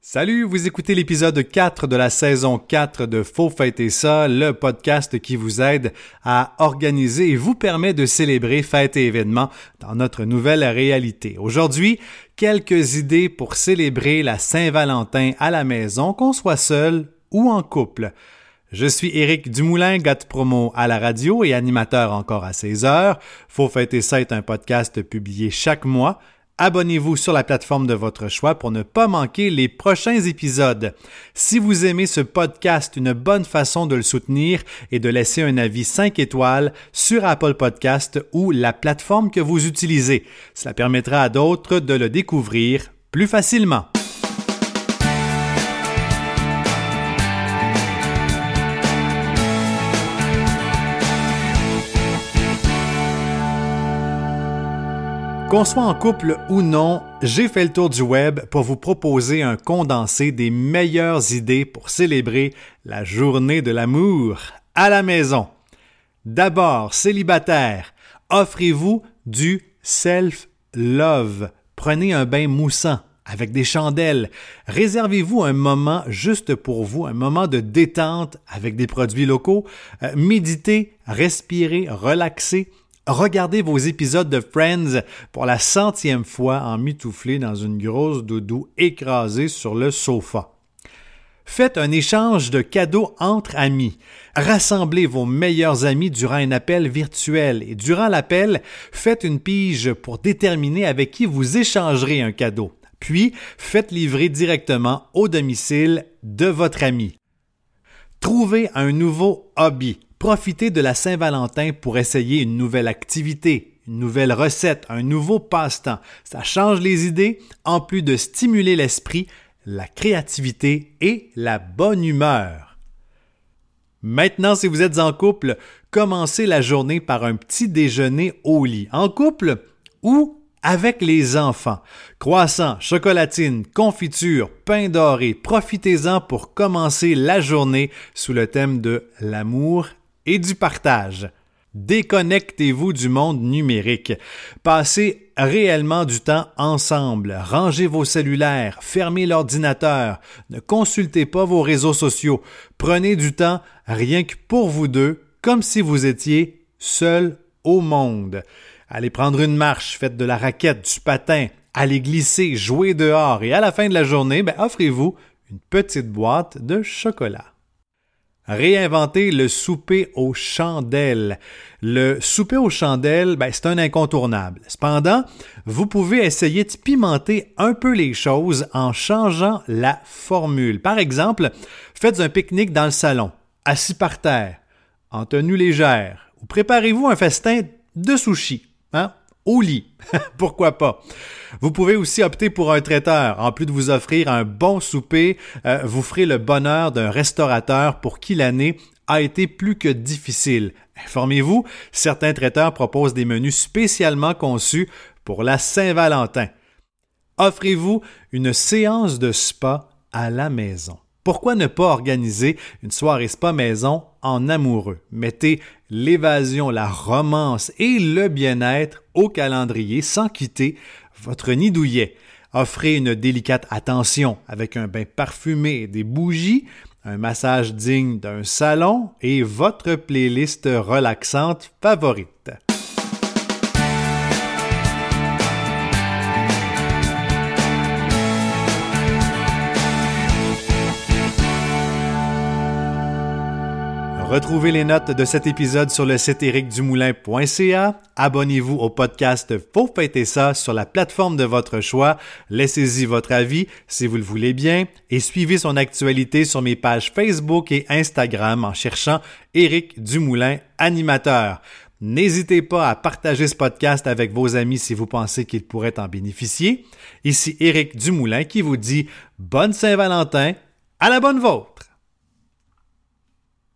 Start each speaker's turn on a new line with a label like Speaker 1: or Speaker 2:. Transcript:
Speaker 1: Salut, vous écoutez l'épisode 4 de la saison 4 de Faut fêter ça, le podcast qui vous aide à organiser et vous permet de célébrer fêtes et événements dans notre nouvelle réalité. Aujourd'hui, quelques idées pour célébrer la Saint-Valentin à la maison, qu'on soit seul ou en couple. Je suis Éric Dumoulin, gars de promo à la radio et animateur encore à 16h. Faut fêter ça est un podcast publié chaque mois. Abonnez-vous sur la plateforme de votre choix pour ne pas manquer les prochains épisodes. Si vous aimez ce podcast, une bonne façon de le soutenir est de laisser un avis 5 étoiles sur Apple Podcast ou la plateforme que vous utilisez. Cela permettra à d'autres de le découvrir plus facilement. Qu'on soit en couple ou non, j'ai fait le tour du web pour vous proposer un condensé des meilleures idées pour célébrer la journée de l'amour à la maison. D'abord, célibataire, offrez-vous du self-love. Prenez un bain moussant avec des chandelles. Réservez-vous un moment juste pour vous, un moment de détente avec des produits locaux. Méditez, respirez, relaxez. Regardez vos épisodes de Friends pour la 100e fois emmitouflés dans une grosse doudou écrasée sur le sofa. Faites un échange de cadeaux entre amis. Rassemblez vos meilleurs amis durant un appel virtuel et durant l'appel, faites une pige pour déterminer avec qui vous échangerez un cadeau. Puis, faites livrer directement au domicile de votre ami. Trouvez un nouveau hobby. Profitez de la Saint-Valentin pour essayer une nouvelle activité, une nouvelle recette, un nouveau passe-temps. Ça change les idées, en plus de stimuler l'esprit, la créativité et la bonne humeur. Maintenant, si vous êtes en couple, commencez la journée par un petit déjeuner au lit, en couple ou avec les enfants. Croissants, chocolatines, confitures, pain doré, profitez-en pour commencer la journée sous le thème de l'amour et du partage. Déconnectez-vous du monde numérique. Passez réellement du temps ensemble. Rangez vos cellulaires, fermez l'ordinateur, ne consultez pas vos réseaux sociaux. Prenez du temps rien que pour vous deux, comme si vous étiez seul au monde. Allez prendre une marche, faites de la raquette, du patin, allez glisser, jouer dehors et à la fin de la journée, offrez-vous une petite boîte de chocolat. Réinventer le souper aux chandelles. Le souper aux chandelles, c'est un incontournable. Cependant, vous pouvez essayer de pimenter un peu les choses en changeant la formule. Par exemple, faites un pique-nique dans le salon, assis par terre, en tenue légère, ou préparez-vous un festin de sushi, au lit. Pourquoi pas? Vous pouvez aussi opter pour un traiteur. En plus de vous offrir un bon souper, vous ferez le bonheur d'un restaurateur pour qui l'année a été plus que difficile. Informez-vous, certains traiteurs proposent des menus spécialement conçus pour la Saint-Valentin. Offrez-vous une séance de spa à la maison. Pourquoi ne pas organiser une soirée spa maison en amoureux? Mettez l'évasion, la romance et le bien-être au calendrier sans quitter votre nid douillet. Offrez une délicate attention avec un bain parfumé et des bougies, un massage digne d'un salon et votre playlist relaxante favorite. Retrouvez les notes de cet épisode sur le site ericdumoulin.ca. Abonnez-vous au podcast Faut fêter ça sur la plateforme de votre choix. Laissez-y votre avis si vous le voulez bien et suivez son actualité sur mes pages Facebook et Instagram en cherchant Éric Dumoulin, animateur. N'hésitez pas à partager ce podcast avec vos amis si vous pensez qu'ils pourraient en bénéficier. Ici Éric Dumoulin qui vous dit bonne Saint-Valentin, à la bonne vôtre!